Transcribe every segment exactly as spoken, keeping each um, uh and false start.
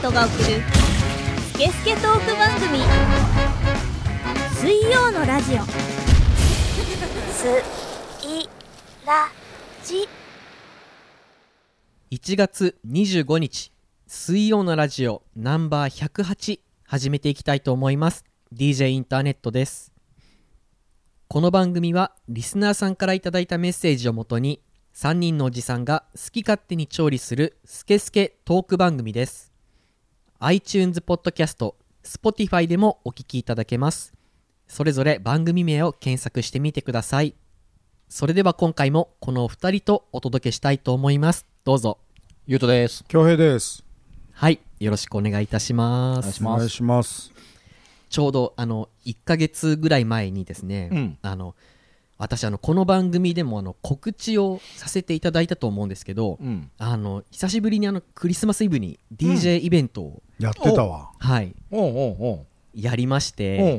トが送るスケスケトーク番組、水曜のラジオ。すいらじいちがつにじゅうごにち、水曜のラジオナンバーひゃくはち始めていきたいと思います。 ディージェー インターネットです。この番組はリスナーさんからいただいたメッセージをもとにさんにんのおじさんが好き勝手に調理するスケスケトーク番組です。 iTunes ポッドキャスト、 Spotify でもお聞きいただけます。それぞれ番組名を検索してみてください。それでは今回もこのお二人とお届けしたいと思います。どうぞ。 ゆうとです。 恭平です。 はい、よろしくお願いいたします。 お願いします。 ちょうどあのいっかげつぐらい前にですね、うん、あの私あのこの番組でもあの告知をさせていただいたと思うんですけど、うん、あの久しぶりにあのクリスマスイブに ディージェー イベントを、 うん、やってたわ。 はい、おうおうおうやりまして、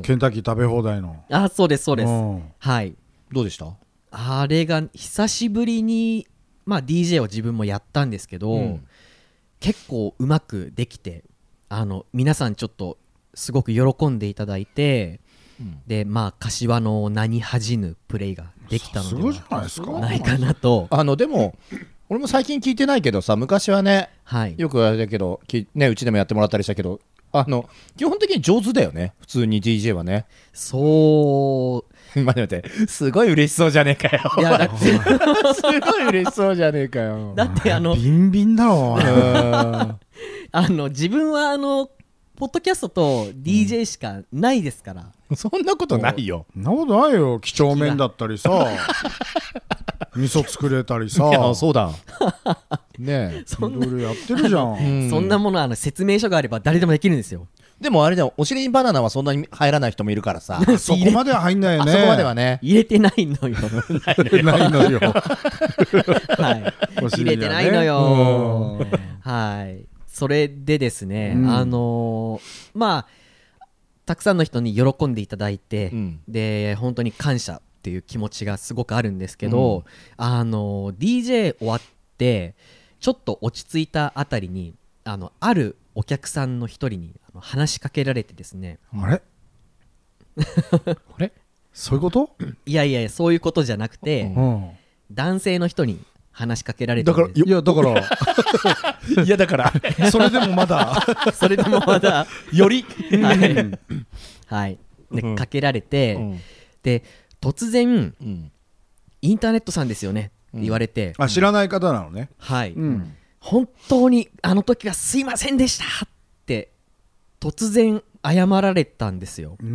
ケンタッキー食べ放題の。 あ、そうですそうです。はい。 どうでした？ あれが久しぶりに、まあ、ディージェー を自分もやったんですけど、うん、結構うまくできて、あの皆さんちょっとすごく喜んでいただいて、うん、でまあ柏の名に恥じぬプレイができたのではないかなと。 あのでも俺も最近聞いてないけどさ、昔はね、はい、よくあれだけど、ね、うちでもやってもらったりしたけど、あの基本的に上手だよね、普通に ディージェー はね。 そう待って待って、すごい嬉しそうじゃねえかよ。いやだってすごい嬉しそうじゃねえかよ。 だってあのビンビンだろあの自分はあのポッドキャストと ディージェー しかないですから、 うん、そんなことないよ。 そんなことないよ。几帳面だったりさ味噌作れたりさ。 いやそうだねえ、 いろいろやってるじゃん、 うん、そんなものはあの説明書があれば誰でもできるんですよ。 でもあれだよ、お尻にバナナはそんなに入らない人もいるからさそこまでは入んないよね。 あそこまではね入れてないのよないのよはい、入れてないのよはい。それでですね、うん、あのー、まあたくさんの人に喜んでいただいて、うん、で本当に感謝っていう気持ちがすごくあるんですけど、うん、あのー、ディージェー 終わってちょっと落ち着いたあたりにあのあるお客さんの一人にあの話しかけられてですね。 あれあれそういうこと？ いやいやそういうことじゃなくて、うん、男性の人に話しかけられてるんです。 いやだからいやだからそれでもまだそれでもまだよりはい、はい、で、うん、かけられて、うん、で突然、うん、インターネットさんですよねって言われて、 うん、あ知らない方なのね。 はい、うん、本当にあの時はすいませんでしたって突然謝られたんですよ、うん、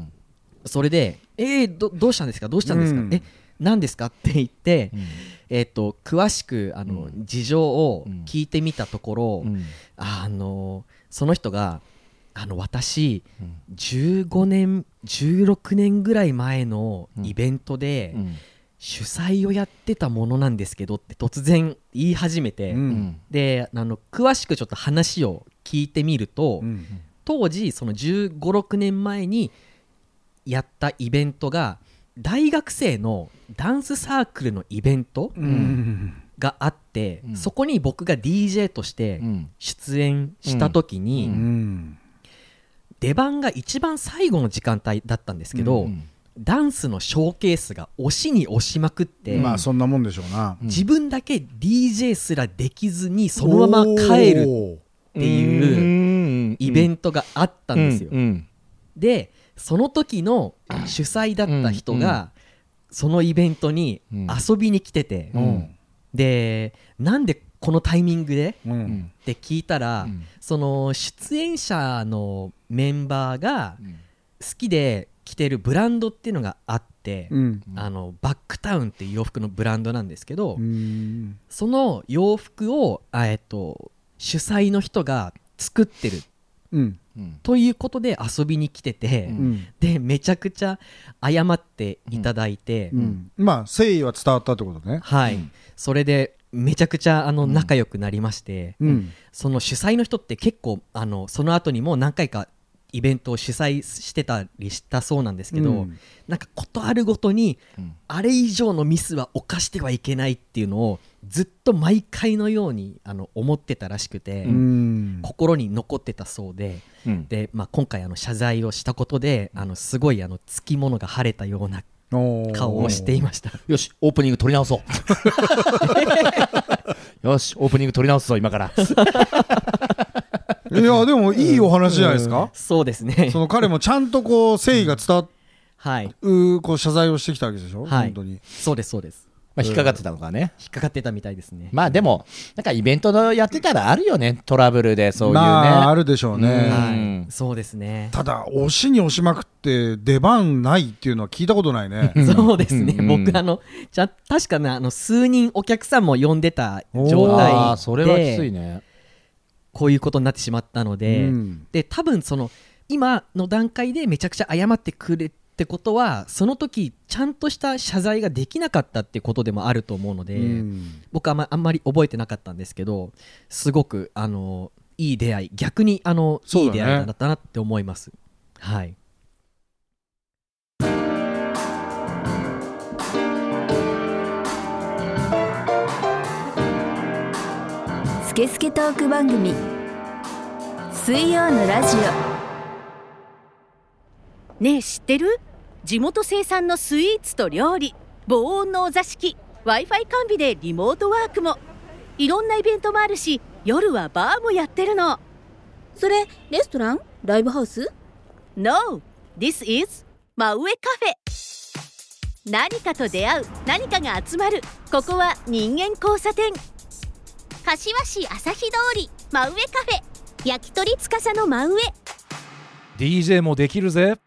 それでえー、ど, どうしたんですかどうしたんですか、うん、え何ですかって言って、うんえー、と詳しくあの、うん、事情を聞いてみたところ、うん、あのその人があの私、うん、じゅうごねんじゅうろくねんぐらい前のイベントで、うん、主催をやってたものなんですけどって突然言い始めて、うん、であの詳しくちょっと話を聞いてみると、うん、当時そのじゅうご、ろくねんまえにやったイベントが大学生のダンスサークルのイベントがあって、うん、そこに僕が ディージェー として出演した時に、うんうん、出番が一番最後の時間帯だったんですけど、うん、ダンスのショーケースが押しに押しまくって、 まあそんなもんでしょうな、 自分だけ ディージェー すらできずにそのまま帰るっていうイベントがあったんですよ、うんうん、でその時の主催だった人が、うんうん、そのイベントに遊びに来てて、うん、でなんでこのタイミングで、うん、って聞いたら、うん、その出演者のメンバーが好きで着てるブランドっていうのがあって、うん、あのバックタウンっていう洋服のブランドなんですけど、うん、その洋服を、えっと、主催の人が作ってる、うんということで遊びに来てて、うん、でめちゃくちゃ謝っていただいて、 うんうん、まあ誠意は伝わったってことね。 はい、うん、それでめちゃくちゃあの仲良くなりまして、うん、その主催の人って結構あのその後にも何回かイベントを主催してたりしたそうなんですけど、 うん、 なんかことあるごとに、 うん、 あれ以上のミスは犯してはいけないっていうのをずっと毎回のようにあの思ってたらしくて、うん、心に残ってたそうで、うん、で、まあ、今回あの謝罪をしたことであのすごいあのつきものが晴れたような顔をしていました。 よしオープニング撮り直そうよしオープニング撮り直すぞ今からいやでもいいお話じゃないですか、うん、 そうですね。 その彼もちゃんとこう誠意が伝わっ、 はい、 うこう謝罪をしてきたわけでしょ、 はい、 本当にそうですそうです、 まあ、引っかかってたのかね、 引っかかってたみたいですね。 まあでもなんかイベントのやってたらあるよねトラブルでそういうね、 まああるでしょうね、 はい、そうですね。 ただ押しに押しまくって出番ないっていうのは聞いたことないねそうですね、うん、僕あのじゃ確かなあの数人お客さんも呼んでた状態で、 あそれはきついね、 こういうことになってしまったので、うん、で多分その今の段階でめちゃくちゃ謝ってくれってことはその時ちゃんとした謝罪ができなかったってことでもあると思うので、うん、僕は あ, まあんまり覚えてなかったんですけど、すごくあのいい出会い、逆にあの、ね、いい出会いだったなって思います。はい。 スケスケトーク番組水曜のラジオ。ねえ知ってる？地元生産のスイーツと料理、防音のお座敷、 Wi-Fi 完備でリモートワークも、いろんなイベントもあるし、夜はバーもやってるの。それレストラン？ライブハウス？ No! This is 真上カフェ。何かと出会う、何かが集まる、ここは人間交差点。柏市朝日通り真上カフェ、焼き鳥つかさの真上。 ディージェー もできるぜ。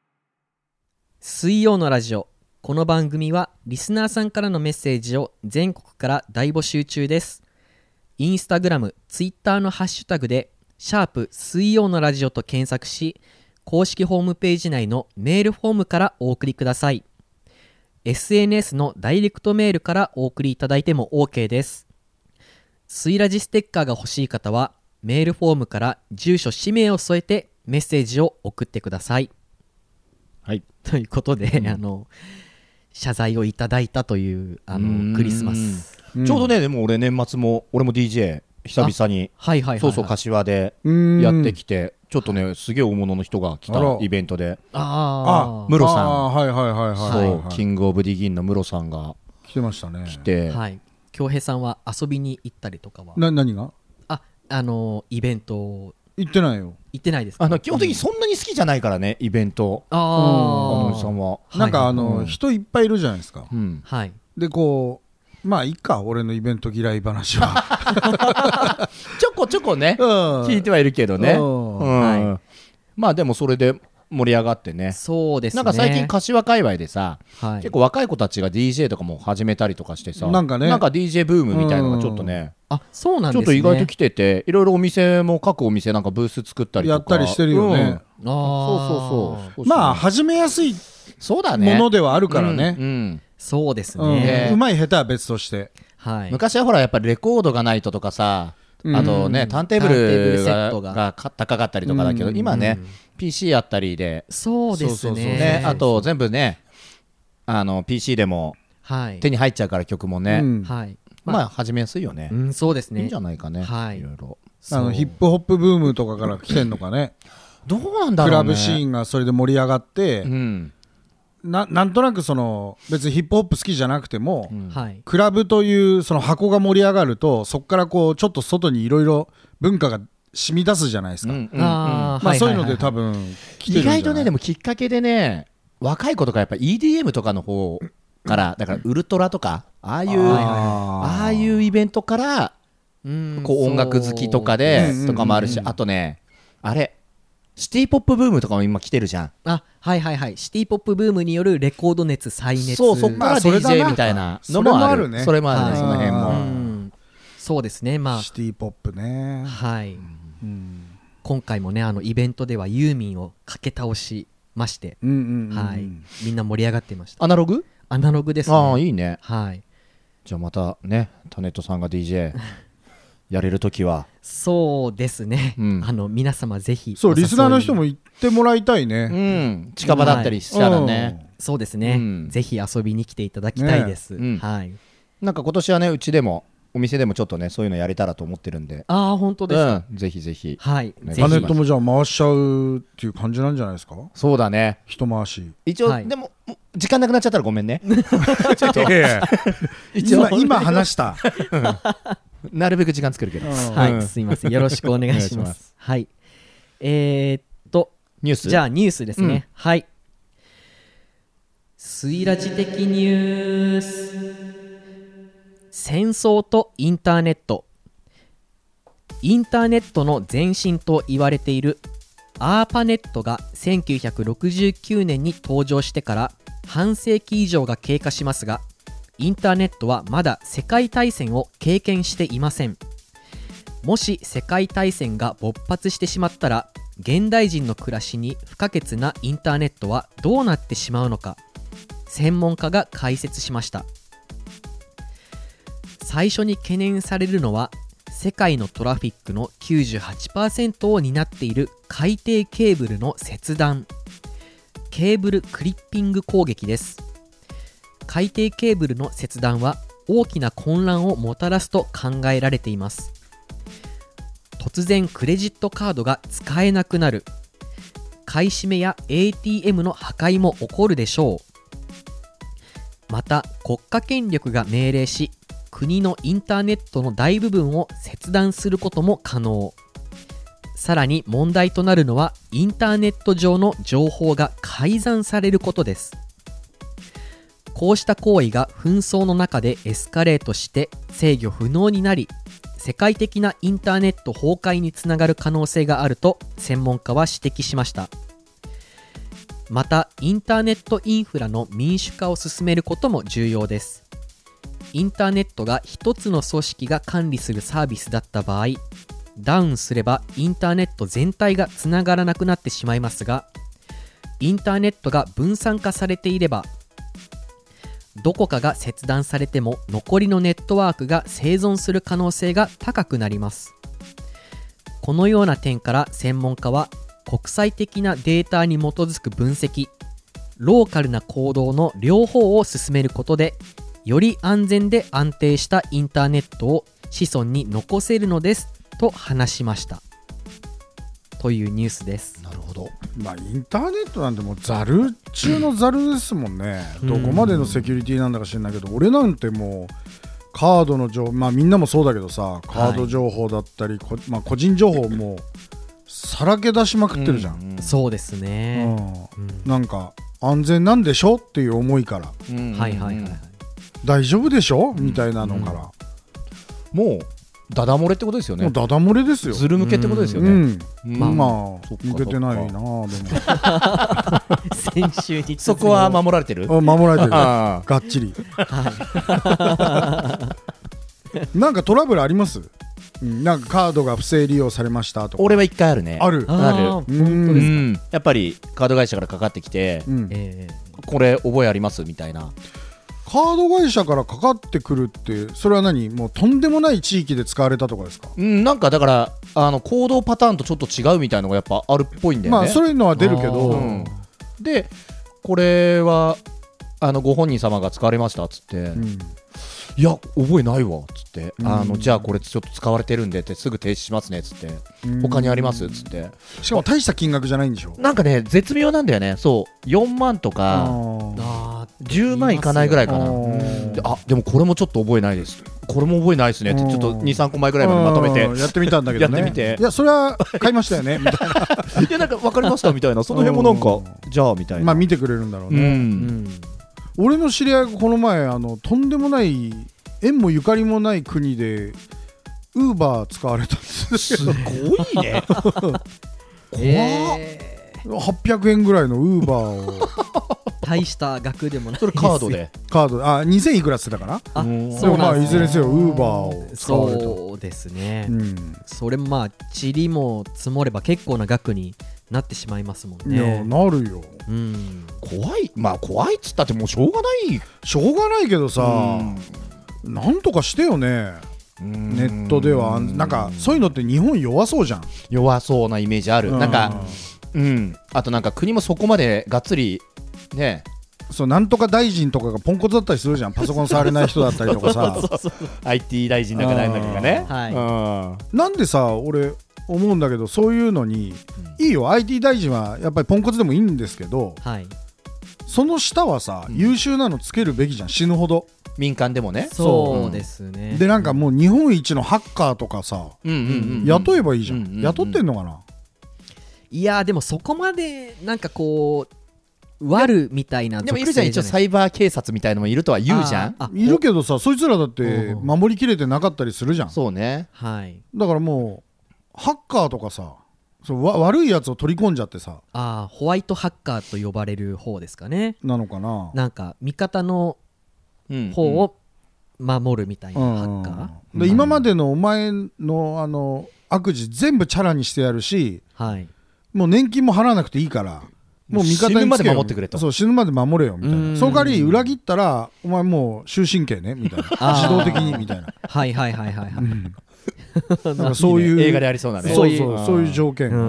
水曜のラジオ。この番組はリスナーさんからのメッセージを全国から大募集中です。インスタグラム、ツイッターのハッシュタグでシャープ水曜のラジオと検索し、公式ホームページ内のメールフォームからお送りください。 エスエヌエス のダイレクトメールからお送りいただいても OK です。水ラジステッカーが欲しい方はメールフォームから住所氏名を添えてメッセージを送ってください。はい、ということで、うん、あの謝罪をいただいたというあのクリスマス、 うん、ちょうどね、でも俺年末も俺も ディージェー 久々に、はいはいはいはい、そうそう柏でやってきて、ちょっとねすげえ大物の人が来たイベントで、 ああムロさん、 あ、はいはいはいはい、 そう、キングオブディギンのムロさんが来てましたね。 来て、 はい、京平さんは遊びに行ったりとかは？ な何が？ あ、あのイベント行ってないよ。 行ってないですか？ あの基本的にそんなに好きじゃないからね、イベント。 ああ、 あのさんはなんかあの、 うん、 人いっぱいいるじゃないですか、 うん、はい。 でこうまあいいか、俺のイベント嫌い話はちょこちょこね、うん、聞いてはいるけどね、うんうん、はい、まあでもそれで盛り上がってね。 そうですね。 なんか最近柏界隈でさ、 はい、 結構若い子たちが ディージェー とかも始めたりとかしてさ、 なんかね、 なんか ディージェー ブームみたいのがちょっとね、 あ、そうなんですね、 ちょっと意外と来てて、いろいろお店も各お店なんかブース作ったりとかやったりしてるよね、うん、 あ、 そうそうそう、 まあ始めやすいそうだね、 ものではあるからね、 うんうん、 そうですね、 うん、うまい下手は別として、 はい、 昔はほらやっぱりレコードがないととかさ、あとね、ターンテーブル が, が, が高かったりとかだけど、今ね、うん、ピーシー あったりで、 そうですね、そうそうそうね、あと全部ね、あの ピーシー でも手に入っちゃうから曲もね、 うん、はい、 まあ始めやすいよね、 うん、そうですね、 いいんじゃないかね、 はい、 いろいろあのヒップホップブームとかから来てんのかねどうなんだろうね、 クラブシーンがそれで盛り上がって、 うん、 な, なんとなくその別にヒップホップ好きじゃなくても、うん、クラブというその箱が盛り上がると、そこからこうちょっと外にいろいろ文化が染み出すじゃないですか、うんうんうん、あ、まあ、そういうので多分来てるんじゃない？ 意外とね、でもきっかけでね、若い子とかやっぱ イーディーエム とかの方からだからウルトラとかああいうああいうイベントからこう音楽好きとかでとかもあるし、あとね、あれシティポップブームとかも今来てるじゃん。 あ、はいはいはい、シティポップブームによるレコード熱再熱、 そう、そっから ディージェー みたいなのもあるね。それもあるね、その辺も、うん、 そうですね、まあシティポップね、 はい、うん、今回もね、あのイベントではユーミンをかけ倒しまして、うんうんうん、はい、みんな盛り上がっていました。 アナログ？ アナログですね。 ああ、いいね。 はい。 じゃあまたね、タネットさんが ディージェー やれるときはそうですね、うん、あの皆様ぜひ、 そうリスナーの人もってもらいたいね、 うん、近場だったりしたらね、 はい、そうですね、うん、ぜひ遊びに来ていただきたいです、ね、うん、はい、 なんか今年はねうちでもお店でもちょっとねそういうのやれたらと思ってるんで。 ああ本当ですか、 うん、ぜひぜひ、 はい、 パネットもじゃあ回しちゃうっていう感じなんじゃないですか。 そうだね、 一回し一応、はい、でも時間なくなっちゃったらごめんねちょっと今, 今話したなるべく時間作るけど、 はい、うん、すいません、よろしくお願いします。はい、えー、っとニュース、 じゃあニュースですね、うん、はい、スイラジ的ニュース。戦争とインターネット。インターネットの前身と言われているアーパネットがせんきゅうひゃくろくじゅうきゅうねんに登場してから半世紀以上が経過しますが、インターネットはまだ世界大戦を経験していません。もし世界大戦が勃発してしまったら、現代人の暮らしに不可欠なインターネットはどうなってしまうのか、専門家が解説しました。最初に懸念されるのは、世界のトラフィックの きゅうじゅうはちパーセント を担っている海底ケーブルの切断、ケーブルクリッピング攻撃です。海底ケーブルの切断は大きな混乱をもたらすと考えられています。突然クレジットカードが使えなくなる、買い占めや エーティーエム の破壊も起こるでしょう。また国家権力が命令し、国のインターネットの大部分を切断することも可能。さらに問題となるのは、インターネット上の情報が改ざんされることです。こうした行為が紛争の中でエスカレートして制御不能になり、世界的なインターネット崩壊につながる可能性があると専門家は指摘しました。またインターネットインフラの民主化を進めることも重要です。インターネットが一つの組織が管理するサービスだった場合、ダウンすればインターネット全体がつながらなくなってしまいますが、インターネットが分散化されていれば、どこかが切断されても残りのネットワークが生存する可能性が高くなります。このような点から専門家は、国際的なデータに基づく分析、ローカルな行動の両方を進めることで、より安全で安定したインターネットを子孫に残せるのですと話しましたというニュースです。 なるほど。 まあインターネットなんてもうザル中のザルですもんね、うん、どこまでのセキュリティなんだか知らないけど、俺なんてもうカードの情報、まあみんなもそうだけどさ、カード情報だったり、はい、まあ、個人情報もさらけ出しまくってるじゃん、 うんうん、そうですね、 うん、なんか安全なんでしょっていう思いから、 うん、はいはいはい、 大丈夫でしょみたいなのから、 うん、もうダダ漏れってことですよね。 もうダダ漏れですよ。 ズル向けってことですよね、 うんうん、まあ、まあ、向けてないなでも先週にそこは守られてる、 守られてるがっちり、はい、なんかトラブルあります？なんかカードが不正利用されましたとか。 俺はいっかいあるね。 あるある。 本当ですか？ やっぱりカード会社からかかってきて、うん、えー、これ覚えありますみたいな。 カード会社からかかってくるって、それは何、もうとんでもない地域で使われたとかですか？ うん、なんかだからあの行動パターンとちょっと違うみたいなのがやっぱあるっぽいんだよね。 まあそういうのは出るけど、うん、 でこれはあのご本人様が使われましたっつって、うん、いや覚えないわっつって、うん、あのじゃあこれちょっと使われてるんでってすぐ停止しますねっつって、うん、他にありますっつって、 しかも大した金額じゃないんでしょ。 なんかね絶妙なんだよね。そうよんまんとかじゅうまんいかないぐらいかな。で、あでもこれもちょっと覚えないです、これも覚えないですねってちょっと にさんこまえぐらいまでまとめてやってみたんだけどね。 やってみて、 いやそれは買いましたよねみたいないやなんか分かりましたみたいな、その辺もなんかじゃあみたいな、 まあ見てくれるんだろうね、うんうん、俺の知り合いがこの前あのとんでもない縁もゆかりもない国でウーバー使われたんですすごいね怖っ、 えー、はっぴゃくえんぐらいのウーバーを大した額でもないです。 それカードでカードあにせんいくらって言ってたかな。あ、そうまあいずれにせよウーバーを使われた。 そうですね、うん、それもまあ塵も積もれば結構な額になってしまいますもんね。 いやなるよ、 うん、 怖い。まあ怖いっつったってもうしょうがないしょうがないけどさ、うん、なんとかしてよね。ネットではなんかそういうのって日本弱そうじゃん。 弱そうなイメージある。なんかうん、あとなんか国もそこまでがっつりね、 そうなんとか大臣とかがポンコツだったりするじゃん。パソコン触れない人だったりとかさそうそうそう アイティー 大臣なんかないんだけどね、 はい、 なんでさ俺思うんだけど、そういうのに、うん、いいよ アイティー 大臣はやっぱりポンコツでもいいんですけど、はい、その下はさ、うん、優秀なのつけるべきじゃん、死ぬほど。 民間でもね。 そうですね。 でなんかもう日本一のハッカーとかさ、うんうんうんうん、雇えばいいじゃん、うんうんうん、雇ってんのかな。 いやでもそこまでなんかこう悪みたいなでもいるじゃん、一応サイバー警察みたいなのもいるとは言うじゃん。 いるけどさ、そいつらだって守りきれてなかったりするじゃん。 そうね、 はい、 だからもうハッカーとかさ、そうわ悪いやつを取り込んじゃってさ、 あホワイトハッカーと呼ばれる方ですかね。 なのかな。 なんか味方の方を守るみたいなハッカー、うんうん、 で今までのお前のあの悪事全部チャラにしてやるし、はい、もう年金も払わなくていいからもう味方につけよ、死ぬまで守ってくれと。そう死ぬまで守れよみたいな。その代わり裏切ったらお前もう終身刑ねみたいな自動的にみたいなはいはいはいはいはい、うん、 なんかそういう映画でありそうなね。 そうそうそういう条件、うん、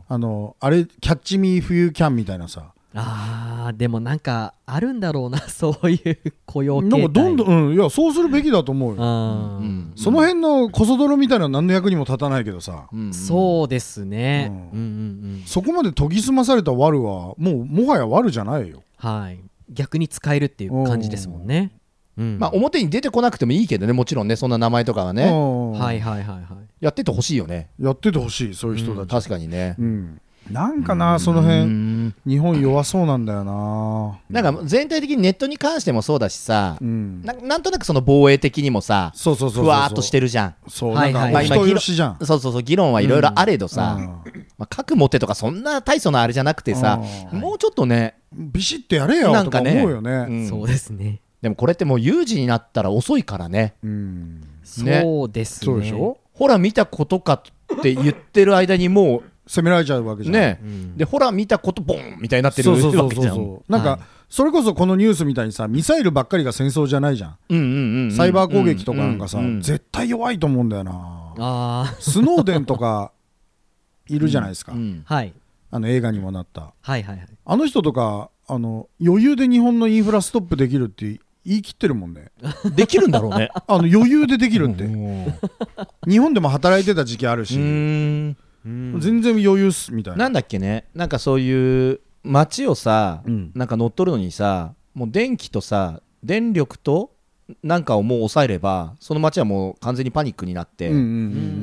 あのあれキャッチミーフユーキャンみたいなさ。 あーでもなんかあるんだろうなそういう雇用形態。 なんかどんどん、うん、いやそうするべきだと思うよ、うんうん、その辺のコソ泥みたいなのは何の役にも立たないけどさ、 うん、そうですね、うんうんうんうん、 そこまで研ぎ澄まされたワルはもうもはやワルじゃないよ。 はい、逆に使えるっていう感じですもんね、うん、 まあ表に出てこなくてもいいけどね、もちろんね、そんな名前とかはね、 はいはいはいはい、 やっててほしいよね。 やっててほしい、そういう人たち、うん、 確かにね、うん、 なんかな、その辺日本弱そうなんだよな。 なんか全体的にネットに関してもそうだしさ、うん、な, なんとなくその防衛的にもさ、そうそうそうそう、ふわーっとしてるじゃん。 そうなんかお人よしじゃん。 そうそうそう、議論はいろいろあれどさ、うんまあ、核持ってとかそんな大層なあれじゃなくてさ、うん、もうちょっとねビシッてやれよとか思うよね。 うん、そうですね。 でもこれってもう有事になったら遅いからね、うん、 ね、そうですね。 そうでしょ。 ほら見たことかって言ってる間にもう攻められちゃうわけじゃん、 ね、うん、でほら見たことボンみたいになってるわけじゃん。 なんか、はい、それこそこのニュースみたいにさ、ミサイルばっかりが戦争じゃないじゃん、うんうんうんうん、サイバー攻撃とかなんかさ、うんうんうん、絶対弱いと思うんだよな。あスノーデンとかいるじゃないですか、うんうん、はい、あの映画にもなった、はいはいはい、あの人とかあの余裕で日本のインフラストップできるって言い切ってるもんね。 できるんだろうねあの余裕でできるって日本でも働いてた時期あるし、うーん、全然余裕っすみたいな。 なんだっけね、なんかそういう街をさ、うん、なんか乗っ取るのにさ、もう電気とさ電力となんかをもう抑えればその街はもう完全にパニックになって、うんうんうん、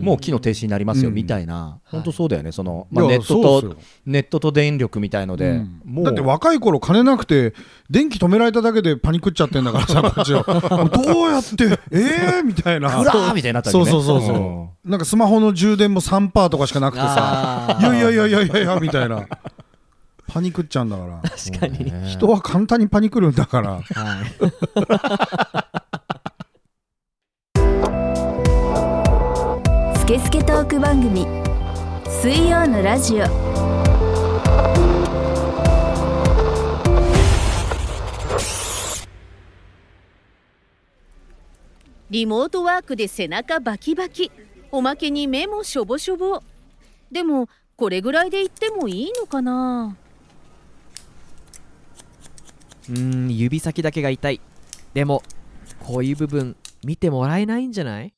もう機能停止になりますよみたいな、うん、本当そうだよね。その、まあ、ネットとネットと電力みたいので、うん、 もうだって若い頃金なくて電気止められただけでパニックっちゃってんだからさこっちはどうやってえーみたいなクラーみたいになったりね。 そうそうそうそう、うん、なんかスマホの充電も さんパーセント とかしかなくてさいやいやいやいやいやいやみたいなパニクっちゃうんだから。 確かに人は簡単にパニクるんだから、はいスケスケトーク番組水曜のラジオ。 リモートワークで背中バキバキ、おまけに目もしょぼしょぼ。でもこれぐらいで言ってもいいのかな。 うーん、指先だけが痛い。でもこういう部分見てもらえないんじゃない？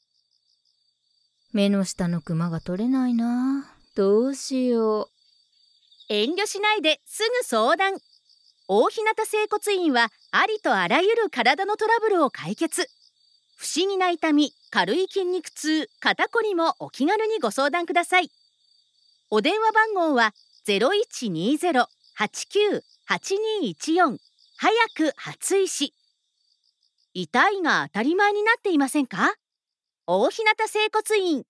目の下のクマが取れないな。どうしよう。 遠慮しないですぐ相談。大日向整骨院はありとあらゆる体のトラブルを解決。不思議な痛み、軽い筋肉痛、肩こりもお気軽にご相談ください。お電話番号は ゼロいちにゼロ はちきゅう はちにいちよん 早く初医師。痛いが当たり前になっていませんか？大日向整骨院。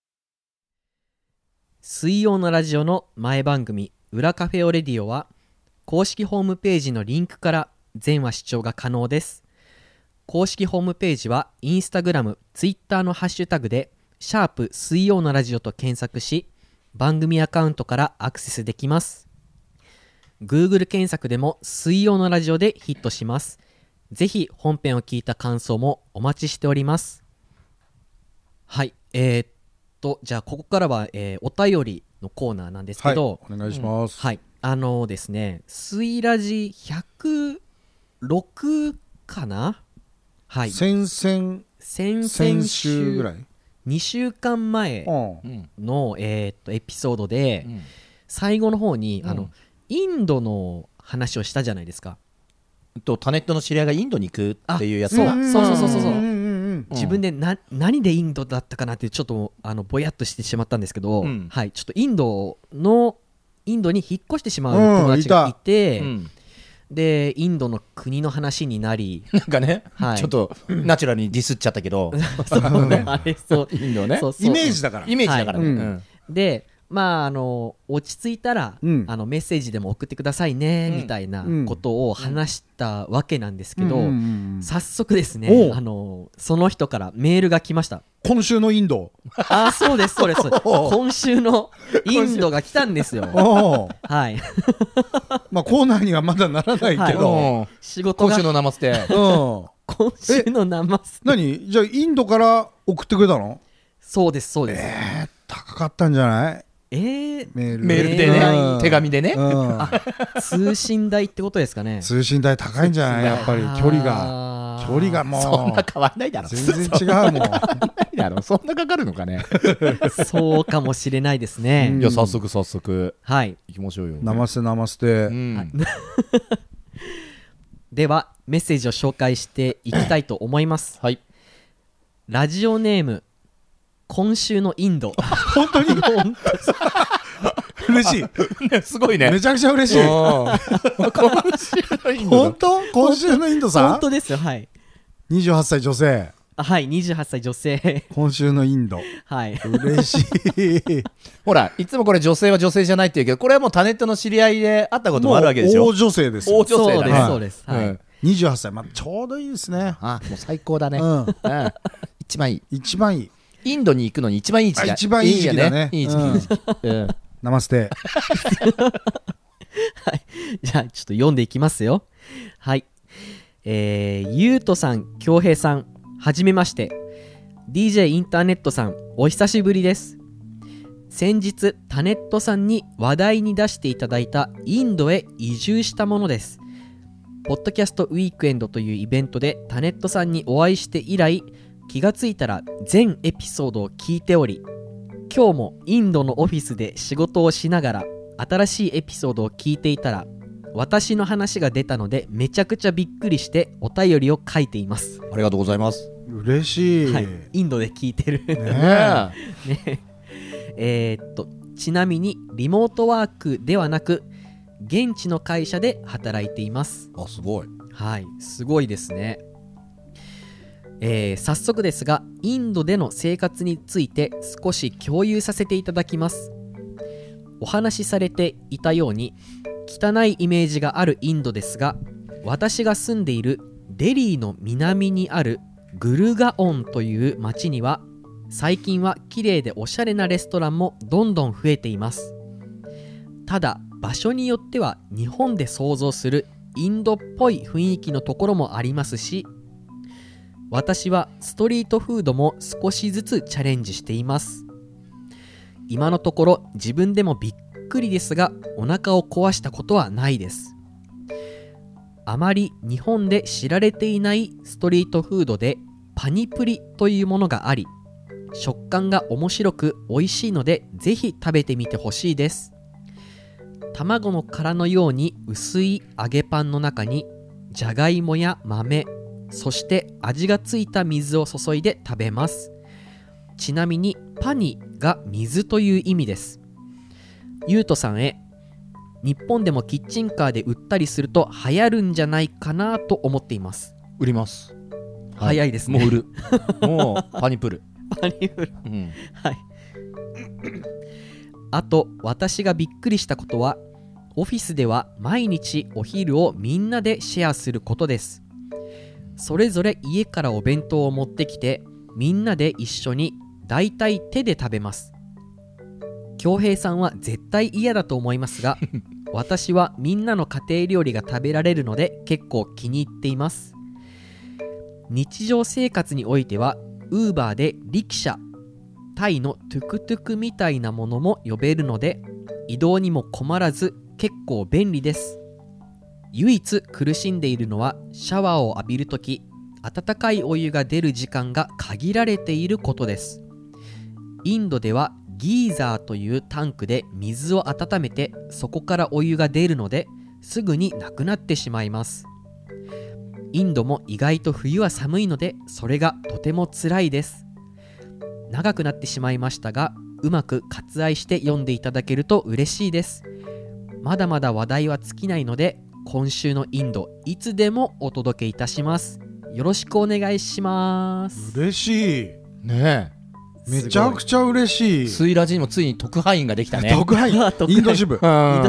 水曜のラジオの前番組裏カフェオレディオは公式ホームページのリンクから全話視聴が可能です。公式ホームページはインスタグラム、ツイッターのハッシュタグでシャープ水曜のラジオと検索し、番組アカウントからアクセスできます。 Google 検索でも水曜のラジオでヒットします。ぜひ本編を聞いた感想もお待ちしております。はい、えー、っとじゃあここからは、えー、お便りのコーナーなんですけど、 はい、お願いします、 うん、はい、あのですねスイラジひゃくろくかな、はい、 先々 先 々週ぐらいにしゅうかんまえの、えー、っとエピソードで、うん、最後の方に、うん、あのインドの話をしたじゃないですか。 とタネットの知り合いがインドに行くっていうやつが、そうそうそうそうそう、自分でな何でインドだったかなってちょっとあのぼやっとしてしまったんですけど、うん、はい、ちょっとインドのインドに引っ越してしまう友達がいて、うん、でインドの国の話になり、 なんかね、はい、ちょっとナチュラルにディスっちゃったけどそうねあれそうインドね、 そうそうイメージだからイメージだからね、はい、うん、 でまあ、あの落ち着いたら、うん、あのメッセージでも送ってくださいね、うん、みたいなことを話したわけなんですけど、うん、早速ですね、あのその人からメールが来ました。 今週のインド。 あ、そうですそうです今週のインドが来たんですよはいまあコーナーにはまだならないけど、はい、 仕事が今週のナマステ今週のナマステ何じゃあインドから送ってくれたの？ そうですそうです、 えー、高かったんじゃない？ えー、 メール、メールでね、うん、手紙でね、うん、 あ通信代ってことですかね。 通信代高いんじゃない？やっぱり距離が距離がもうそんな変わんないだろ。 全然違うもんだろそんなかかるのかねそうかもしれないですね、 うん、いや早速早速はい行きましょうよ。 ナマステナマステ、うん、はい、 ではメッセージを紹介していきたいと思いますはい。 ラジオネーム今週のインド本当に嬉しいすごいね、 めちゃくちゃ嬉しい今週のインド本当今週のインドさん本当ですよ。はい、 にじゅうはっさい女性、 はい、にじゅうはっさい女性今週のインド、 はい、 嬉しいほらいつもこれ女性は女性じゃないって言うけど、これはもうタネットの知り合いで会ったこともあるわけでしょ。 大女性ですよ。 大女性だね。 そうですそうです、はい、うん、 にじゅうはっさい、まあ、ちょうどいいですね。 あもう最高だね、うんうん、一番いい一番いい。 インドに行くのに一番いい時期。 一番いい時期だね。 いい時期、うん、 ナマステはい、じゃあちょっと読んでいきますよ。はい、えー、ゆうとさん、きょうへいさん、はじめまして。 ディージェー インターネットさん、お久しぶりです。先日タネットさんに話題に出していただいたインドへ移住したものです。ポッドキャストウィークエンドというイベントでタネットさんにお会いして以来、気がついたら全エピソードを聞いており、今日もインドのオフィスで仕事をしながら新しいエピソードを聞いていたら、私の話が出たのでめちゃくちゃびっくりしてお便りを書いています。 ありがとうございます。 嬉しい、 はい、インドで聞いてるねねえー、っとちなみにリモートワークではなく現地の会社で働いています。 あ、すごい。 はい、すごいですね。えー、早速ですがインドでの生活について少し共有させていただきます。お話しされていたように汚いイメージがあるインドですが、私が住んでいるデリーの南にあるグルガオンという町には最近は綺麗でおしゃれなレストランもどんどん増えています。ただ場所によっては日本で想像するインドっぽい雰囲気のところもありますし、私はストリートフードも少しずつチャレンジしています。今のところ自分でもびっくりですがお腹を壊したことはないです。あまり日本で知られていないストリートフードでパニプリというものがあり、食感が面白く美味しいのでぜひ食べてみてほしいです。卵の殻のように薄い揚げパンの中にじゃがいもや豆、そして味がついた水を注いで食べます。ちなみにパニが水という意味です。ゆうとさんへ、日本でもキッチンカーで売ったりすると流行るんじゃないかなと思っています。 売ります。 早いですね。 もう売るもうパニプルパニプル、うん、はいあと私がびっくりしたことはオフィスでは毎日お昼をみんなでシェアすることです。それぞれ家からお弁当を持ってきてみんなで一緒にだいたい手で食べます。恭平さんは絶対嫌だと思いますが私はみんなの家庭料理が食べられるので結構気に入っています。日常生活においてはウーバーでリキシャ、 タイのトゥクトゥクみたいなものも呼べるので移動にも困らず結構便利です。唯一苦しんでいるのはシャワーを浴びるとき温かいお湯が出る時間が限られていることです。インドではギーザーというタンクで水を温めてそこからお湯が出るのですぐになくなってしまいます。インドも意外と冬は寒いのでそれがとても辛いです。長くなってしまいましたがうまく割愛して読んでいただけると嬉しいです。まだまだ話題は尽きないので今週のインドいつでもお届けいたします。よろしくお願いします。 嬉しいねえめちゃくちゃ嬉しい。 スイラジにもついに特派員ができたね。 特派員インド支部、うん、 はい、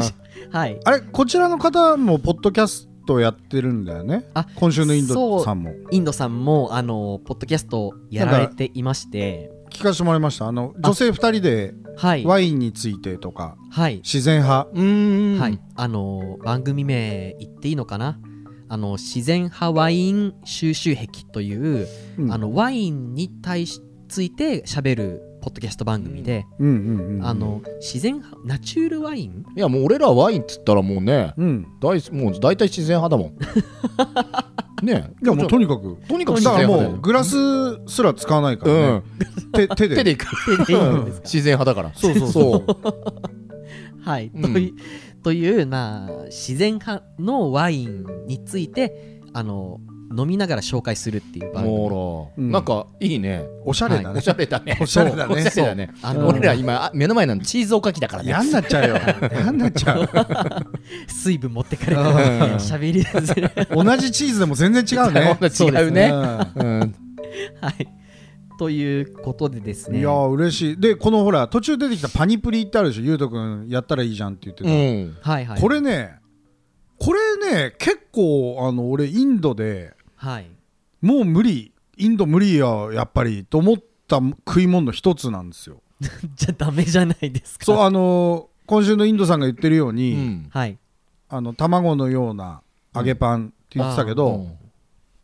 あれこちらの方もポッドキャストやってるんだよね。あ今週のインドさんもインドさんもあのポッドキャストやられていまして聞かせてもらいました。あの女性ふたりでワインについてとか、はい、自然派うーん、はい、あの番組名言っていいのかな、あの自然派ワイン収集癖という、うん、あのワインに対しついて喋るポッドキャスト番組で、うんうんうんうん、あの自然派ナチュールワイン、 いやもう俺らワインっつったらもうね、うん、だいもう大体自然派だもんねえ、いやもうとにかくとにかく自然派だよ。 だからもうグラスすら使わないからね、うん、手, 手で手でいく自然派だから。 そうそうそうはい、うん、と, いというまあ自然派のワインについてあの飲みながら紹介するっていう番組、 うん、なんかいいね、 おしゃれだね、はい、 おしゃれだねおしゃれだねおしゃれだね。あの俺ら今目の前なのチーズおかきだからね。 嫌になっちゃうよ嫌になっちゃう水分持ってかれて喋りだぜ同じチーズでも全然違うね違うね、うん、 はいということでですね、 いや嬉しい。でこのほら途中出てきたパニプリってあるでしょ、ゆうとくんやったらいいじゃんって言ってた、うんはいはい、これねこれね結構あの俺インドではい、もう無理インド無理ややっぱりと思った食い物の一つなんですよじゃあダメじゃないですか。 そうあの今週のインドさんが言ってるように、うんはい、あの卵のような揚げパンって言ってたけど、うん、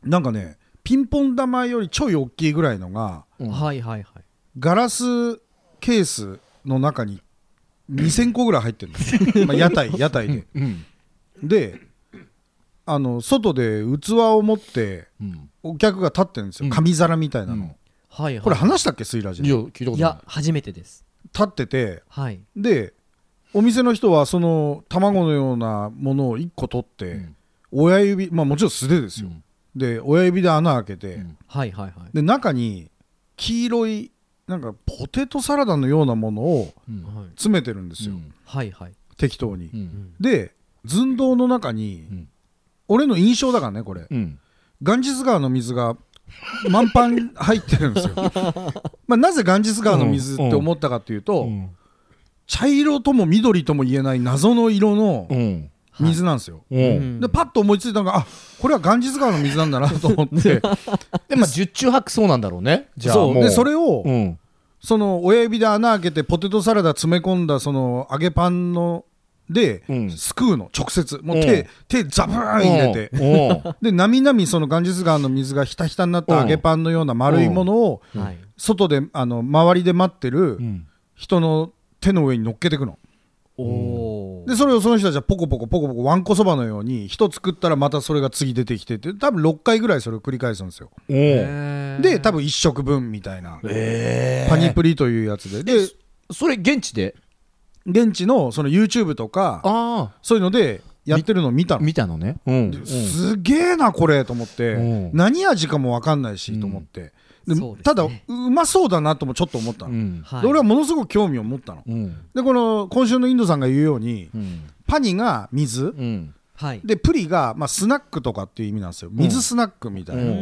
なんかねピンポン玉よりちょい大きいぐらいのが、うんはいはいはい、ガラスケースの中ににせんこぐらい入ってるのまあ屋台屋台で、うん、であの外で器を持ってお客が立ってるんですよ、うん、紙皿みたいなの、うんはいはい、これ話したっけスイラジで。 いや聞いたことない。 いや初めてです。 立ってて、はい、でお店の人はその卵のようなものをいっこ取って、うん、親指まあもちろん素手ですよ、うん、で親指で穴開けて、うんはいはいはい、で中に黄色いなんかポテトサラダのようなものを詰めてるんですよ、うんはいはい、適当に、うん、で寸胴の中に、うん俺の印象だからねこれ、うん、ガンジス川の水が満帆入ってるんですよまあなぜガンジス川の水って思ったかっていうと、うん、茶色とも緑とも言えない謎の色の水なんですよ、うん、でパッと思いついたのがあこれはガンジス川の水なんだなと思ってでまあ十中八九そうなんだろうね。じゃあそうでそれを、うん、その親指で穴開けてポテトサラダ詰め込んだその揚げパンので、うん、すくうの直接もう手、うん、手ザブーン入れて、うん、でなみなみそのガンジス川の水がひたひたになった揚げパンのような丸いものを、うん、外であの周りで待ってる人の手の上に乗っけていくの、うん、でそれをその人たちはポコポコポコポコわんこそばのように一つ食ったらまたそれが次出てきてて多分ろっかいぐらいそれを繰り返すんですよ。で多分いっしょくぶんみたいなパニプリというやつででそれ現地で現地のその YouTube とかあそういうのでやってるのを見たの見たのね、うん、 すげえなこれと思って、うん、何味かも分かんないしと思って、うん、でで、ね、ただうまそうだなともちょっと思ったの、うんはい、で俺はものすごく興味を持ったの、うん、でこの今週のインドさんが言うように、うん、パニが水、うんはい、でプリが、まあ、スナックとかっていう意味なんですよ。水スナックみたいな、うん、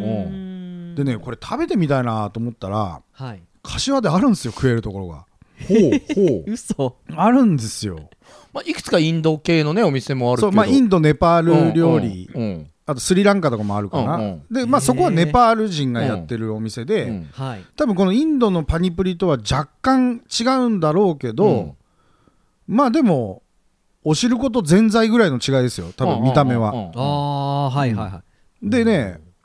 でねこれ食べてみたいなと思ったら、はい、柏であるんですよ食えるところが。ほうほう嘘あるんですよ、 まあ、いくつかインド系のねお店もあるけどそう、 まあ、インドネパール料理、うんうんうん、あとスリランカとかもあるかな、うんうん、で、まあ、そこはネパール人がやってるお店で、うんうんはい、多分このインドのパニプリとは若干違うんだろうけど、うん、まあでもお汁粉とぜんざいぐらいの違いですよ多分見た目は、うんうんうんうん、 ああはいはいはい、 でね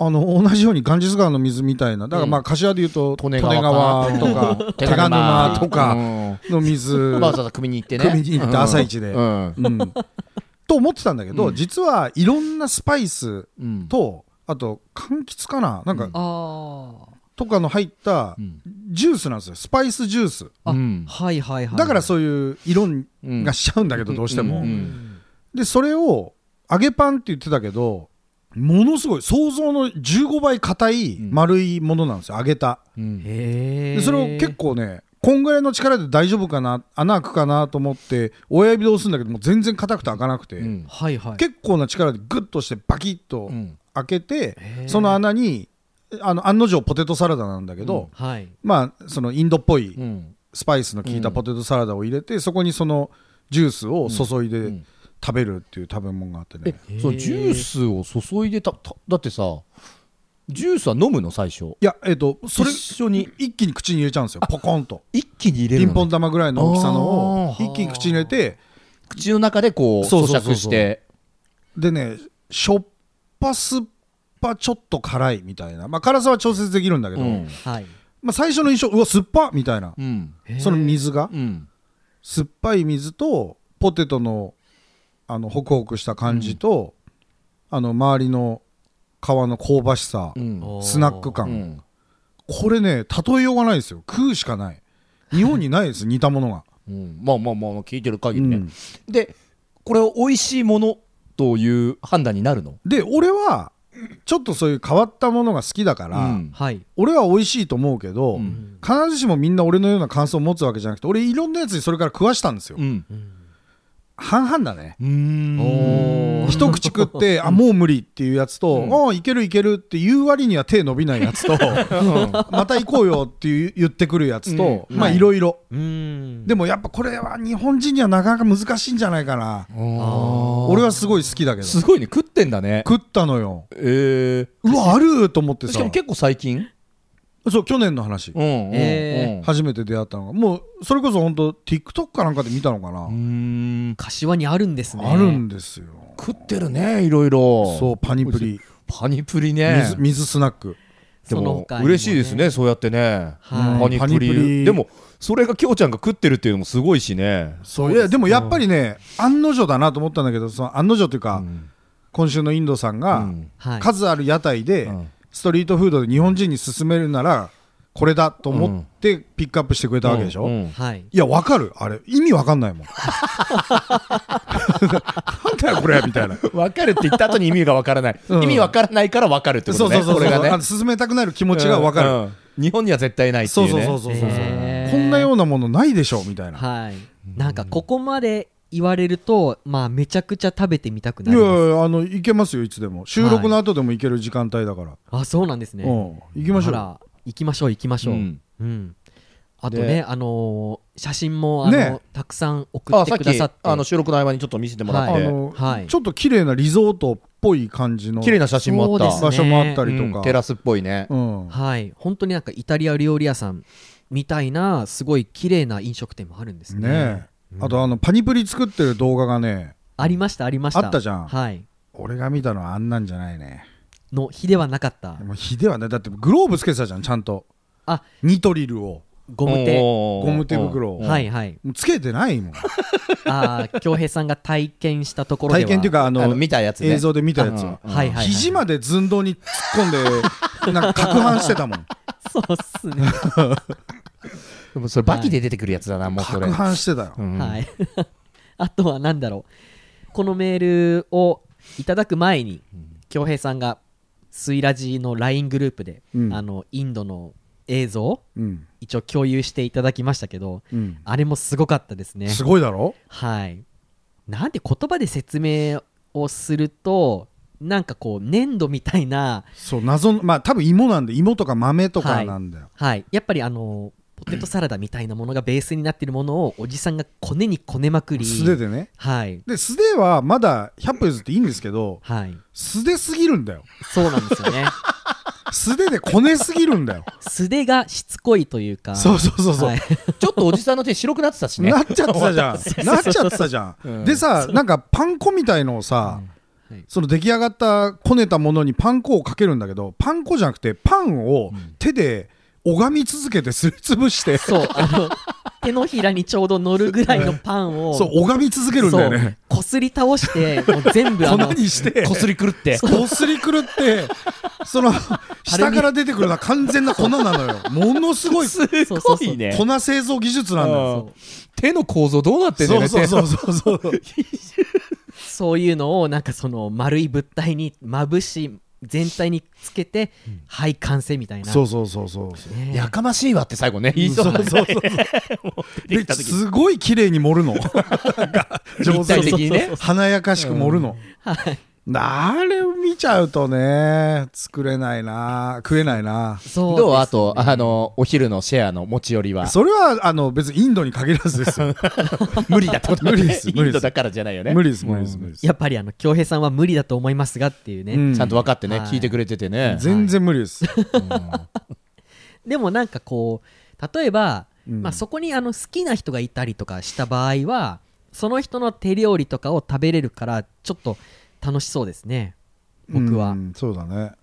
あの同じようにガンジス川の水みたいな、だからまあ柏でいうと利根川とか手賀沼とかの水わざわざ汲みに行ってね汲みに行って朝一で、うんうん、と思ってたんだけど、うん、実はいろんなスパイスと、うん、あと柑橘かななんか、うん、とかの入ったジュースなんですよ、スパイスジュース、 あ、うん、はいはいはい、 だからそういう色がしちゃうんだけど、どうしても、うんうんうん、でそれを揚げパンって言ってたけどものすごい想像のじゅうごばい硬い丸いものなんですよ、揚げた、うん、でそれを結構ねこんぐらいの力で大丈夫かな、穴開くかなと思って親指で押すんだけども全然硬くて開かなくて、うんはいはい、結構な力でグッとしてバキッと開けて、うん、その穴にあの案の定ポテトサラダなんだけど、うんはい、まあそのインドっぽいスパイスの効いたポテトサラダを入れて、そこにそのジュースを注いで、うんうん食べるっていう食べ物があってね。 えそのジュースを注いでた、ただってさジュースは飲むの最初？いやえっ、ー、とそれ一緒に一気に口に入れちゃうんですよ、ポコンと一気に入れるの、ね、 ピンポン玉ぐらいの大きさのを一気に口に入れて口の中でこう咀嚼してでねしょっぱ酸っぱちょっと辛いみたいな、まあ辛さは調節できるんだけど、うんはいまあ、最初の印象うわ酸っぱみたいな、うん、その水が、うん、酸っぱい水とポテトのあのホクホクした感じと、うん、あの周りの皮の香ばしさ、うん、スナック感、うん、これね例えようがないですよ、食うしかない、日本にないです似たものが、 うん、まあまあまあ聞いてる限りね、うん、でこれを美味しいものという判断になるので、俺はちょっとそういう変わったものが好きだから、うんはい、俺は美味しいと思うけど、うん、必ずしもみんな俺のような感想を持つわけじゃなくて、俺いろんなやつにそれから食わしたんですよ、うん半々だね。うーん一口食ってあもう無理っていうやつと、うん、あいけるいけるっていう割には手伸びないやつとまた行こうよって言ってくるやつと、うん、まあいろいろでもやっぱこれは日本人にはなかなか難しいんじゃないかな。俺はすごい好きだけど。 すごいね、食ってんだね。 食ったのよ。 えー、 うわあると思ってさ。 しかも結構最近。 そう去年の話、うんうんえー、初めて出会ったのがもうそれこそ本当 TikTok かなんかで見たのかな。うーん柏にあるんですね。 あるんですよ。 食ってるねいろいろ。 そうパニプリパニプリね水, 水スナックでも嬉しいですねそうやってね、はい、パニプリ, パニプリでもそれがきょうちゃんが食ってるっていうのもすごいしね。 そういやでもやっぱりね案の定だなと思ったんだけど、その案の定というか、うん、今週のインドさんが、うんはい、数ある屋台で、うんストリートフードで日本人に勧めるならこれだと思ってピックアップしてくれたわけでしょ、うんうんはい、いや分かるあれ意味分かんないもんなんだよこれみたいな分かるって言った後に意味が分からない、うん、意味分からないから分かるってことね。 そうそうそうそう、 それがね勧めたくなる気持ちが分かる、うんうん、 日本には絶対ないっていうね。 そうそうそうそうそうこんなようなものないでしょみたいな、 はい、なんかここまで言われると、まあ、めちゃくちゃ食べてみたくなります。 いやいやあの行けますよいつでも収録の後でも行ける時間帯だから、はい、 あそうなんですね、 うん、行きましょう行きましょう行きましょう、うんうん、あとね、あのー、写真もあの、ね、たくさん送ってくださってあの収録の合間にちょっと見せてもらって、はいあのはい、ちょっと綺麗なリゾートっぽい感じの綺麗な写真もあった、 ね、 場所もあったりとか、うん、 テラスっぽいね、 うん、はい本当になんかイタリア料理屋さんみたいなすごい綺麗な飲食店もあるんですね。 ねあとあのパニプリ作ってる動画がねありましたありましたあったじゃん、 はい、 俺が見たのはあんなんじゃないねの日ではなかった。 もう日ではねだってグローブつけてたじゃんちゃんとあニトリルをゴム手ゴム手袋をはいはいもうつけてないもんああ恭平さんが体験したところでは体験っていうかあのあの見たやつ、ね、 映像で見たやつは、はいはいはい、肘まで寸胴に突っ込んでなんか攪拌してたもんそうっすねでもそれバキで出てくるやつだな、はい、もうそれ攪拌してたよ、 うん、はいあとはなんだろうこのメールをいただく前に恭平さんがスイラジの ライン グループで、うん、あのインドの映像、うん、一応共有していただきましたけど、うん、あれもすごかったですね。 すごいだろ。 はいなんで言葉で説明をするとなんかこう粘土みたいなそう謎のまあ多分芋なんで芋とか豆とかなんだよ、 はい、はい、やっぱりあのポテトサラダみたいなものがベースになっているものをおじさんがこねにこねまくり素手でね、 はい、 で素手はまだひゃっぽ譲っていいんですけど、はい、素手すぎるんだよ。 そうなんですよね素手でこねすぎるんだよ素手がしつこいというかそうそうそうそう、はい、 ちょっとおじさんの手白くなってたしねなっちゃってたじゃんなっちゃってたじゃん、うん、でさなんかパン粉みたいのをさ、 その出来上がったこねたものにパン粉をかけるんだけど、パン粉じゃなくてパンを手で拝み続けてすりつぶして、 そうあの手のひらにちょうど乗るぐらいのパンをそう拝み続けるんだよね。 こすり倒してもう全部あの粉にしてこすり狂ってこすり狂ってその下から出てくるのは完全な粉なのよ。ものすごいすごいね。 粉製造技術なんだよ。 手の構造どうなってんだよね。 そうそうそうそうそうそういうのをなんかその丸い物体にまぶし全体につけて、うん、はい完成みたいな。 そうそうそうそう、 ね、やかましいわって最後ね言いそうなんだよね。 すごい綺麗に盛るの立体的にね華やかしく盛るの、 うん、はいあれを見ちゃうとね作れないな食えないな。 そうですね。 どうあとあのお昼のシェアの持ち寄りは。 それはあの別にインドに限らずですよ無理だってことね。 無理ですインドだからじゃないよね。 無理です無理です無理です。 やっぱりあの恭平さんは無理だと思いますがっていうね、うん、 ちゃんと分かってね、はい、聞いてくれててね。 全然無理です、はいうん、でもなんかこう例えば、うんまあ、そこにあの好きな人がいたりとかした場合はその人の手料理とかを食べれるからちょっと楽しそうですね僕は。 うんそうだね、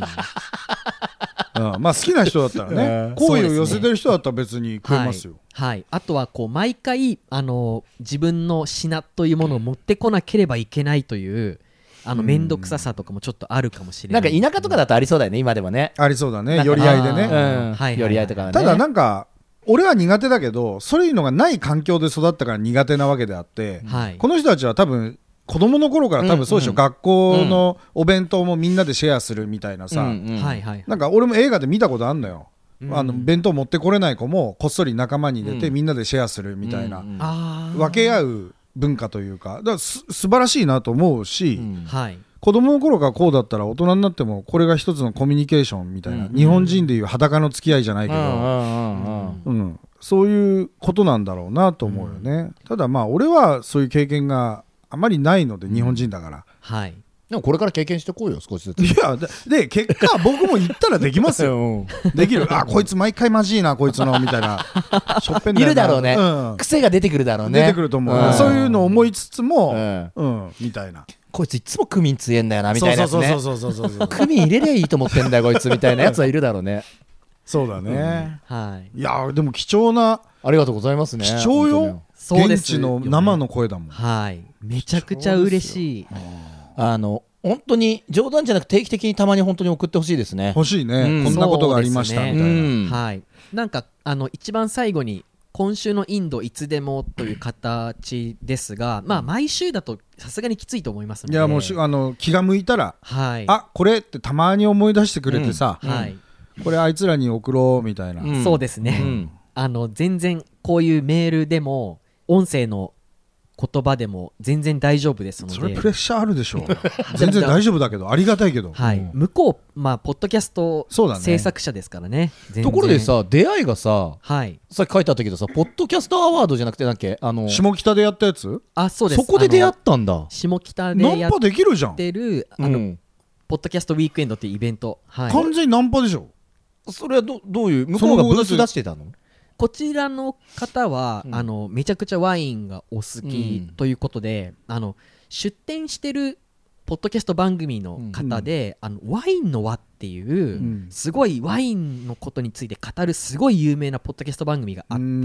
うんうん、まあ好きな人だったらね好意を寄せてる人だったら別に食えますよ、 はいはい、あとはこう毎回あの自分の品というものを持ってこなければいけないというあの面倒くささとかもちょっとあるかもしれない。 なんか田舎とかだとありそうだよね今でもね。 ありそうだね寄り合いでね、 うんはい、寄り合いとかはね。 ただなんか俺は苦手だけどそういうのがない環境で育ったから苦手なわけであって、はい、この人たちは多分子供の頃から多分そうでしょ、うんうん、学校のお弁当もみんなでシェアするみたいなさ、うんうん、なんか俺も映画で見たことあんのよ、うん、あの弁当持ってこれない子もこっそり仲間に入れてみんなでシェアするみたいな、うんうん、分け合う文化というか、だからす素晴らしいなと思うし、うんはい、子供の頃からこうだったら大人になってもこれが一つのコミュニケーションみたいな、うん、日本人でいう裸の付き合いじゃないけど、うんうん、そういうことなんだろうなと思うよね、うん、ただまあ俺はそういう経験があまりないので日本人だから、うん、 はい。 でもこれから経験してこうよ少しずつ。 いやで結果僕も言ったらできますよできる。あこいつ毎回マジいなこいつのみたいなしょっぺんだよないるだろうね、うん、癖が出てくるだろうね。 出てくると思う、うん、そういうのを思いつつも、うんうん、みたいなこいついつもクミン強えんだよなみたいなやつね。クミン入れりゃいいと思ってんだよこいつみたいなやつはいるだろうねそうだね、 うん、はい。 いやでも貴重なありがとうございますね。 貴重よ。現地の生の声だもん、 ね、はいめちゃくちゃ嬉しい。 あの本当に冗談じゃなく定期的にたまに本当に送ってほしいですね。 欲しいね、うん、こんなことがありましたみたいな、うん、 はい。なんかあの一番最後に今週のインドいつでもという形ですが、まあ毎週だとさすがにきついと思いますので、 いやもうあの気が向いたら、はい、あこれってたまに思い出してくれてさ、うんはい、これあいつらに送ろうみたいな、 うん、そうですね、うん、あの全然こういうメールでも音声の言葉でも全然大丈夫ですので。 それプレッシャーあるでしょ全然大丈夫だけどありがたいけど、 はい、向こうまあポッドキャスト制作者ですからね。 ところでさ出会いがさ、はい、さっき書いてあったけどさポッドキャストアワードじゃなくてなんだっけあの下北でやったやつ。 あそうです。 そこで出会ったんだ。 下北でやってるナンパできるじゃんあの、うん、ポッドキャストウィークエンドっていうイベント、はい、 完全にナンパでしょ。 それは ど, どういう向こうがブース出してたの。 こちらの方は、うん、あのめちゃくちゃワインがお好きということで、うん、あの出展してるポッドキャスト番組の方で、うん、あのワインの輪っていう、うん、すごいワインのことについて語るすごい有名なポッドキャスト番組があって、うん、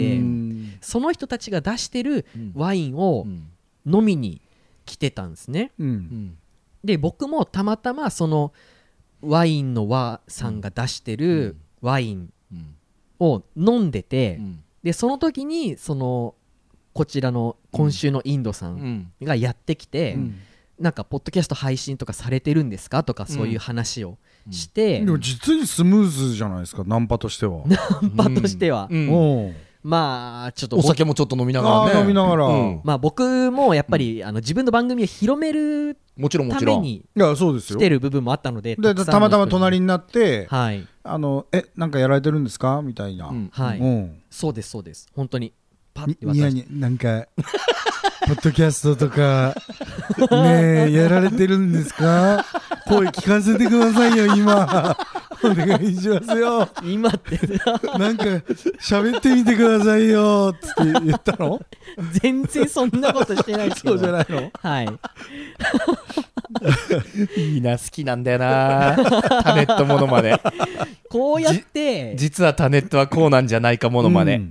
その人たちが出してるワインを飲みに来てたんですね、うん、で僕もたまたまそのワインの輪さんが出してるワインを飲んでて、うん、でその時にそのこちらの今週のインドさんがやってきて、うん、なんかポッドキャスト配信とかされてるんですかとかそういう話をして、 うん、でも実にスムーズじゃないですかナンパとしては。 ナンパとしては、うんうん、まあちょっとお酒もちょっと飲みながらね。 飲みながら、うん、まあ僕もやっぱり、うん、あの自分の番組を広めるために来てる部分もあったので、 でたまたま隣になって、はい、あのえなんかやられてるんですかみたいな、うん、はい、うん、 そうですそうです本当にパッて渡して、になんかポッドキャストとかねえやられてるんですか声聞かせてくださいよ今お願いしますよ今ってなんか喋ってみてくださいよって言ったの。 全然そんなことしてないですけどそうじゃないの。 はいいいな、好きなんだよなタネットものまね。 こうやって実はタネットはこうなんじゃないかものまね、うん、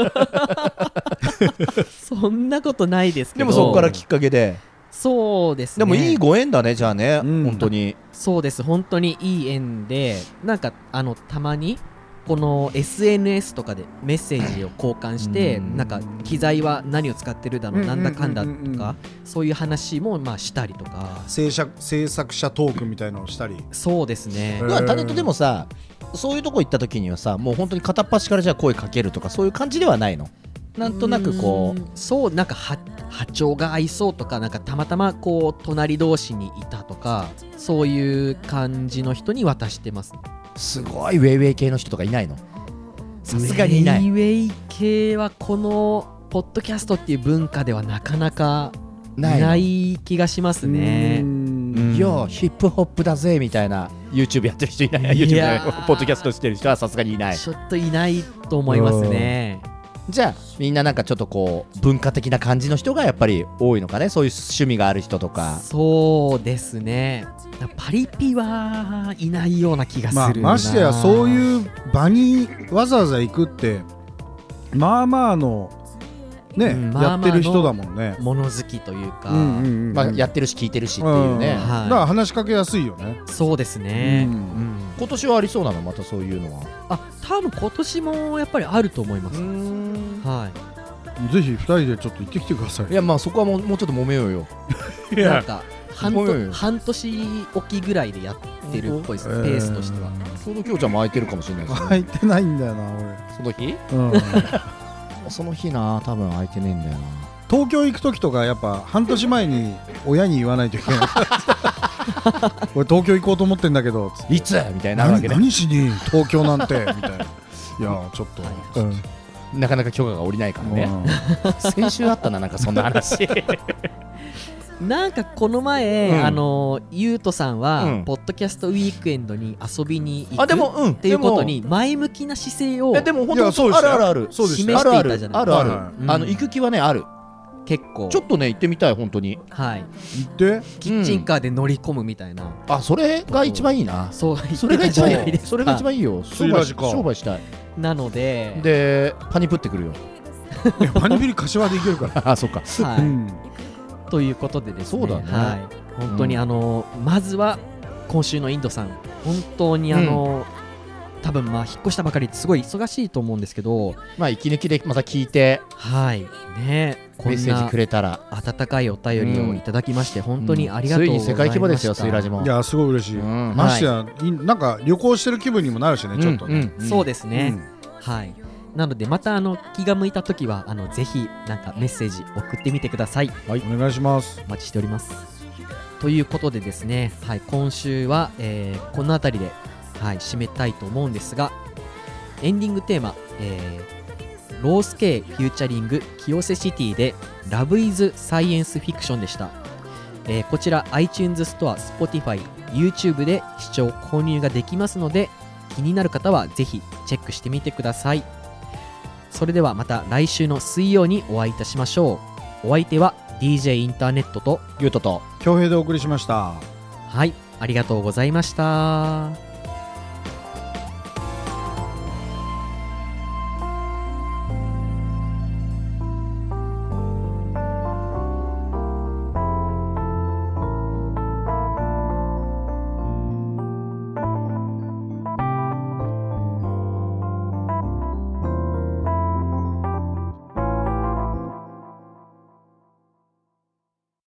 そんなことないですけど、 でもそこからきっかけで。 そうですね。 でもいいご縁だね、じゃあね、うん、本当に。 そうです、本当にいい縁で、なんかあのたまにこの エスエヌエス とかでメッセージを交換して、うん、なんか機材は何を使ってるだろう、うん、なんだかんだとか、そういう話もまあしたりとか、 制作制作者トークみたいなのをしたり。 そうですね。 タネットでもさ、そういうとこ行った時にはさ、もう本当に片っ端からじゃあ声かけるとかそういう感じではないの？なんとなくこう、うそう、なんかは波長が合いそうとか、なんかたまたまこう隣同士にいたとか、そういう感じの人に渡してます。 すごいウェイウェイ系の人とかいないの？さすがにいない。 ウェイウェイ系はこのポッドキャストっていう文化ではなかなかない気がしますね。 いやヒップホップだぜみたいな YouTube やってる人いない？ YouTube でポッドキャストしてる人はさすがにいない。 ちょっといないと思いますね。 じゃあみんななんかちょっとこう文化的な感じの人がやっぱり多いのかね、そういう趣味がある人とか。 そうですね、パリピはいないような気がするな、 まあ、ましてやそういう場にわざわざ行くってまあまあのね、うん、まあまあやってる人だもんね。 物好きというか、 うんうんうん、まあ、やってるし聞いてるしっていうね、うん、 はい、だから話しかけやすいよね。 そうですね、うんうん、 今年はありそうなの？またそういうのは。 あ、多分今年もやっぱりあると思います。はい、 ぜひふたりでちょっと行ってきてください。 いや、まあそこはもう、もうちょっと揉めようよ。 いや、なんか半, と半年おきぐらいでやってるっぽいですね、ペースとしては。 ちょうどきょうちゃんも空いてるかもしれないですね。 空いてないんだよな俺。 その日、 うん、 その日な、多分空いてねえんだよな。 東京行く時とかやっぱ半年前に親に言わないといけない。俺東京行こうと思ってんだけど、 いつみたいなわけで、 何しに東京なんてみたいな。いやちょっと、 うん、なかなか許可が下りないからね。先週あったな、なんかそんな話。 なんかこの前、うん、あのゆうとさんは、うん、ポッドキャストウィークエンドに遊びに行く、うん、っていうことに前向きな姿勢を。 いやでも本当そうです、あるあるある、 示していたじゃないですか。 あるある、あの行く気はねある。結構ちょっとね行ってみたい、本当に。 はい、 行ってキッチンカーで乗り込むみたいな、 うん、あ、それが一番いいな。 そうそれが一番いい。それが一番いいよ。商売商売したい。 なのででパニプってくるよ。 パニプリ柏で行けるから。 あ、そっか。 はい、うん、ということでですね、 そうだね、 はい、本当にあの、うん、まずは今週のインドさん、本当にあの、うん、多分まあ引っ越したばかりですごい忙しいと思うんですけど、 まあ息抜きでまた聞いて、 はいね、 メッセージくれたら温かいお便りをいただきまして、うん、本当にありがとうございました。 ついに世界規模ですよ、スイラジも。 いやすごい嬉しい、うん、ましてや、はい、なんか旅行してる気分にもなるしね、ちょっとね、 うんうん、そうですね、うん、はい。なのでまたあの気が向いたときはあのぜひなんかメッセージ送ってみてください。 はい、お願いします。 お待ちしております。ということでですね、はい、今週は、えー、このあたりで、はい、締めたいと思うんですが、エンディングテーマ、えー、ロースケフューチャリング清瀬シティで Love is Science Fiction でした。えー、こちら iTunes ストア、Spotify、YouTube で視聴購入ができますので、気になる方はぜひチェックしてみてください。それではまた来週の水曜にお会いいたしましょう。お相手は ディージェー インターネットとゆうとと恭平でお送りしました。 はい、ありがとうございました。